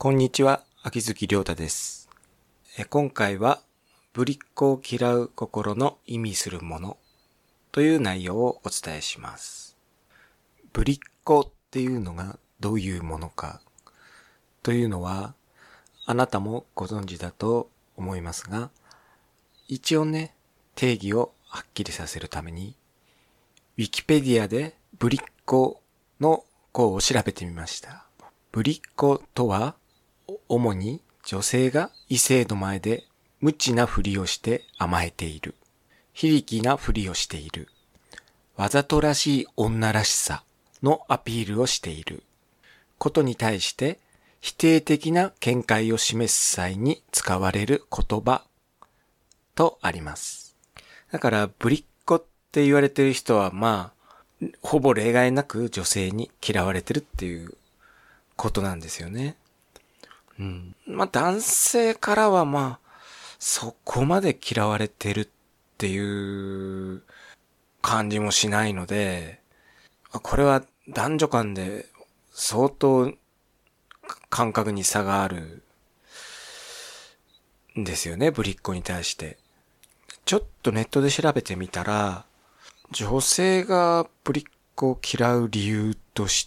こんにちは、秋月亮太です。今回は、ぶりっ子を嫌う心の意味するものという内容をお伝えします。ぶりっ子っていうのがどういうものかというのは、あなたもご存知だと思いますが、一応ね、定義をはっきりさせるために、ウィキペディアでぶりっ子の項を調べてみました。ぶりっ子とは、主に女性が異性の前で無知なふりをして甘えている。非力なふりをしている。わざとらしい女らしさのアピールをしている。ことに対して否定的な見解を示す際に使われる言葉とあります。だからぶりっ子って言われている人はほぼ例外なく女性に嫌われてるっていうことなんですよね。男性からはそこまで嫌われてるっていう感じもしないので、これは男女間で相当感覚に差があるんですよね、ぶりっ子に対して。ちょっとネットで調べてみたら、女性がぶりっ子を嫌う理由として、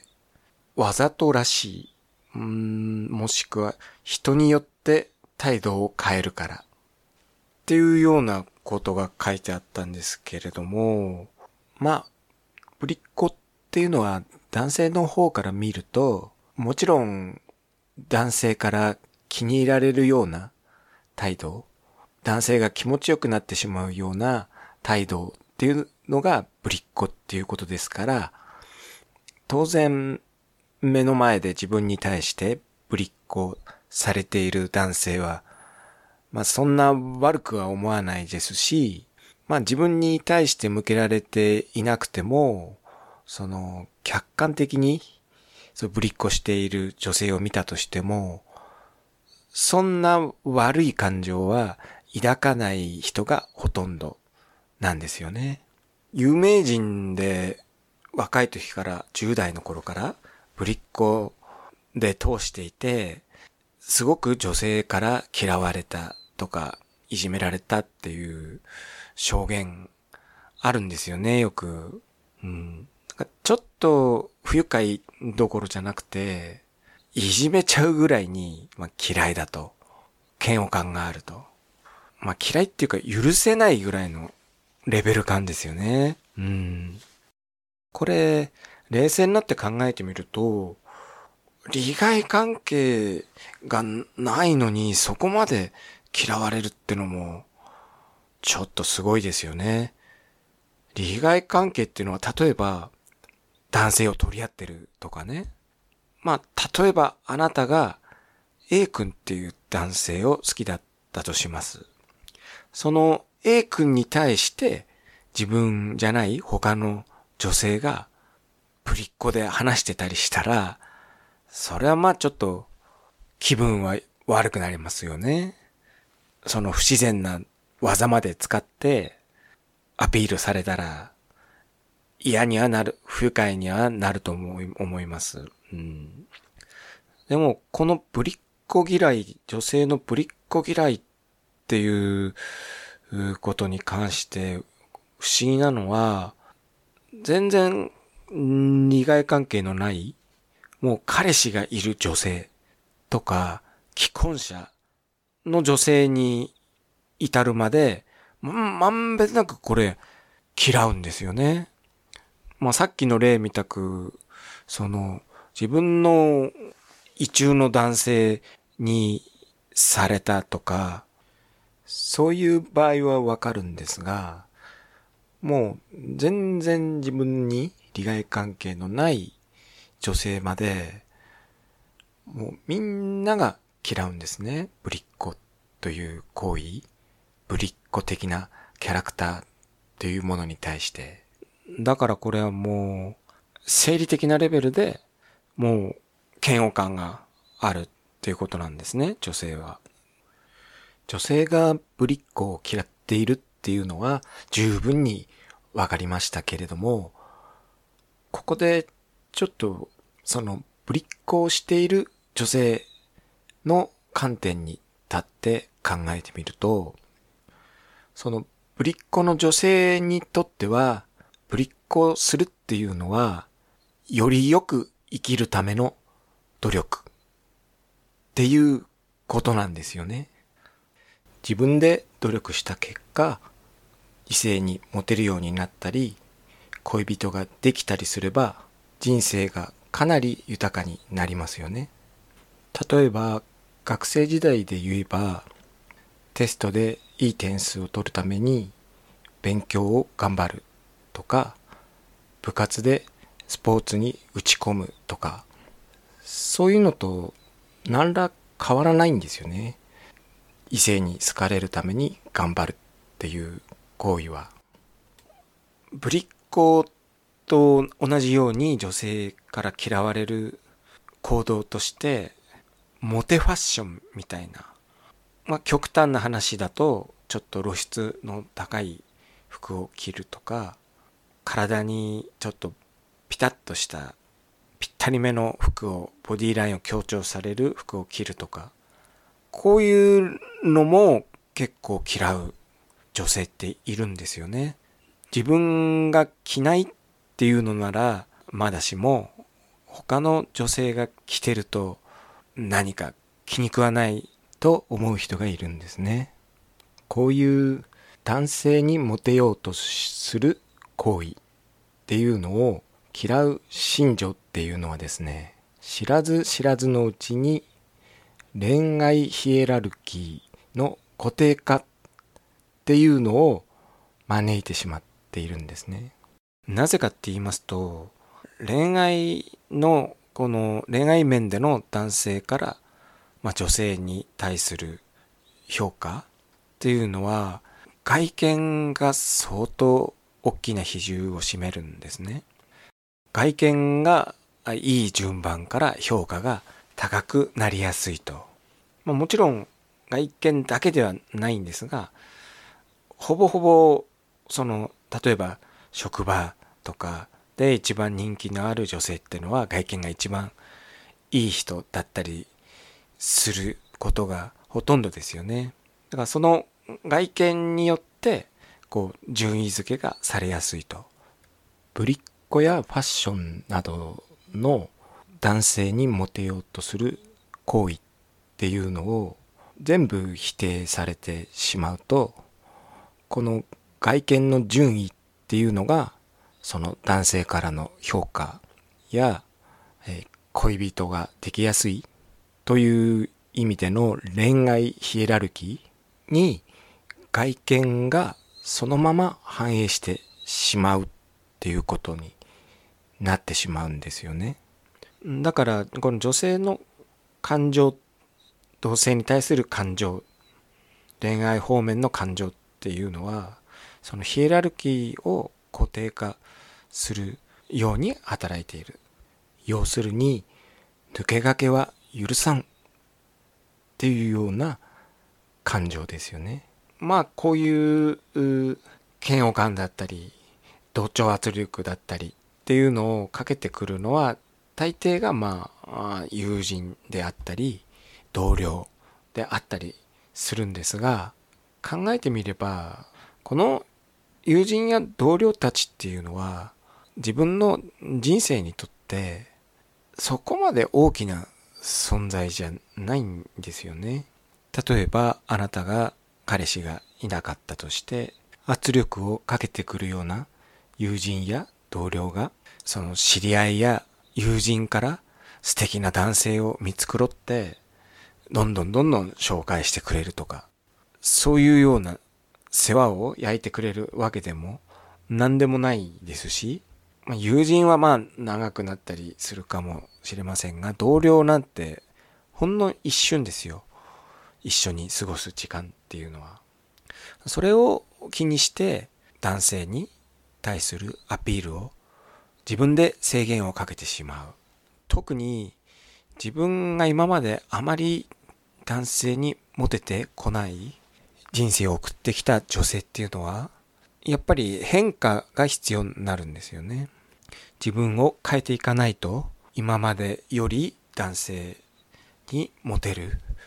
わざとらしい。もしくは人によって態度を変えるからっていうようなことが書いてあったんですけれども、ぶりっ子っていうのは男性の方から見ると、もちろん男性から気に入られるような態度、男性が気持ちよくなってしまうような態度っていうのがぶりっ子っていうことですから、当然目の前で自分に対してぶりっ子されている男性は、そんな悪くは思わないですし、自分に対して向けられていなくても、客観的にぶりっ子している女性を見たとしても、そんな悪い感情は抱かない人がほとんどなんですよね。有名人で若い時から10代の頃からぶりっ子で通していて、すごく女性から嫌われたとかいじめられたっていう証言あるんですよね、よく。ちょっと不愉快どころじゃなくて、いじめちゃうぐらいに、嫌いだと。嫌悪感があると。嫌いっていうか許せないぐらいのレベル感ですよね。これ、冷静になって考えてみると、利害関係がないのにそこまで嫌われるってのもちょっとすごいですよね。利害関係っていうのは例えば男性を取り合ってるとかね。例えばあなたが A 君っていう男性を好きだったとします。その A 君に対して自分じゃない他の女性がぶりっ子で話してたりしたら、それはちょっと気分は悪くなりますよね。その不自然な技まで使ってアピールされたら嫌にはなる、不愉快にはなると思います。でもこのぶりっ子嫌い、女性のぶりっ子嫌いっていうことに関して不思議なのは、全然利害関係のないもう彼氏がいる女性とか既婚者の女性に至るまでまんべんなくこれ嫌うんですよね。さっきの例みたく自分の意中の男性にされたとかそういう場合はわかるんですが、もう全然自分に利害関係のない女性まで、もうみんなが嫌うんですね。ぶりっ子という行為、ぶりっ子的なキャラクターというものに対して。だからこれはもう、生理的なレベルでもう嫌悪感があるっていうことなんですね、女性は。女性がぶりっ子を嫌っているっていうのは十分にわかりましたけれども、ここでちょっとぶりっ子をしている女性の観点に立って考えてみると、そのぶりっ子の女性にとっては、ぶりっ子するっていうのは、よりよく生きるための努力っていうことなんですよね。自分で努力した結果、異性にモテるようになったり、恋人ができたりすれば、人生がかなり豊かになりますよね。例えば、学生時代で言えば、テストでいい点数を取るために勉強を頑張るとか、部活でスポーツに打ち込むとか、そういうのと何ら変わらないんですよね。異性に好かれるために頑張るっていう行為は。ぶりっ子と同じように女性から嫌われる行動として、モテファッションみたいな、極端な話だとちょっと露出の高い服を着るとか、体にちょっとピタッとしたぴったりめの服を、ボディラインを強調される服を着るとか、こういうのも結構嫌う女性っているんですよね。自分が着ないっていうのならまだしも、他の女性が着てると何か気に食わないと思う人がいるんですね。こういう男性にモテようとする行為っていうのを嫌う心情っていうのはですね、知らず知らずのうちに恋愛ヒエラルキーの固定化っていうのを招いてしまっているんですね。なぜかって言いますと、恋愛面での男性から、女性に対する評価っていうのは、外見が相当大きな比重を占めるんですね。外見がいい順番から評価が高くなりやすいと。もちろん外見だけではないんですが、ほぼほぼ例えば職場とかで一番人気のある女性っていうのは外見が一番いい人だったりすることがほとんどですよね。だからその外見によって順位付けがされやすいと。ぶりっ子やファッションなどの男性にモテようとする行為っていうのを全部否定されてしまうと、この外見の順位っていうのがその男性からの評価や、恋人ができやすいという意味での恋愛ヒエラルキーに外見がそのまま反映してしまうっていうことになってしまうんですよね。だからこの女性の感情、同性に対する感情、恋愛方面の感情っていうのは、そのヒエラルキーを固定化するように働いている。要するに抜け駆けは許さんっていうような感情ですよね。こういう嫌悪感だったり同調圧力だったりっていうのをかけてくるのは、大抵が友人であったり同僚であったりするんですが、考えてみればこの友人や同僚たちっていうのは自分の人生にとってそこまで大きな存在じゃないんですよね。例えばあなたが彼氏がいなかったとして圧力をかけてくるような友人や同僚が、その知り合いや友人から素敵な男性を見繕ってどんどん紹介してくれるとか、そういうような世話を焼いてくれるわけでも何でもないですし、友人は長くなったりするかもしれませんが、同僚なんてほんの一瞬ですよ。一緒に過ごす時間っていうのは。それを気にして男性に対するアピールを自分で制限をかけてしまう。特に自分が今まであまり男性にモテてこない人生を送ってきた女性っていうのは、やっぱり変化が必要になるんですよね。自分を変えていかないと、今までより男性にモテる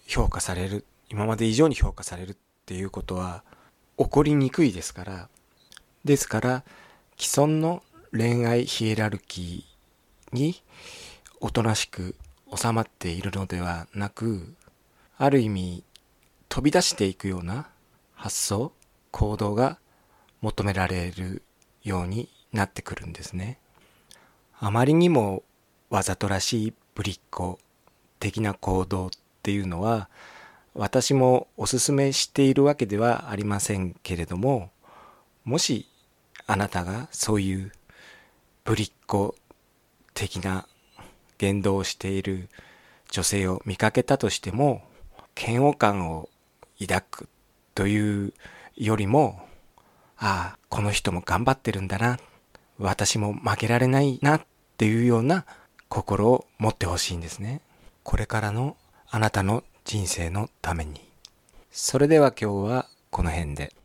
評価される、今まで以上に評価されるっていうことは起こりにくいですから、ですから既存の恋愛ヒエラルキーにおとなしく収まっているのではなく、ある意味飛び出していくような発想、行動が求められるようになってくるんですね。あまりにもわざとらしいぶりっ子的な行動っていうのは、私もお勧めしているわけではありませんけれども、もしあなたがそういうぶりっ子的な言動をしている女性を見かけたとしても、嫌悪感を抱くというよりも、ああ、この人も頑張ってるんだな、私も負けられないなっていうような心を持ってほしいんですね。これからのあなたの人生のために。それでは今日はこの辺で。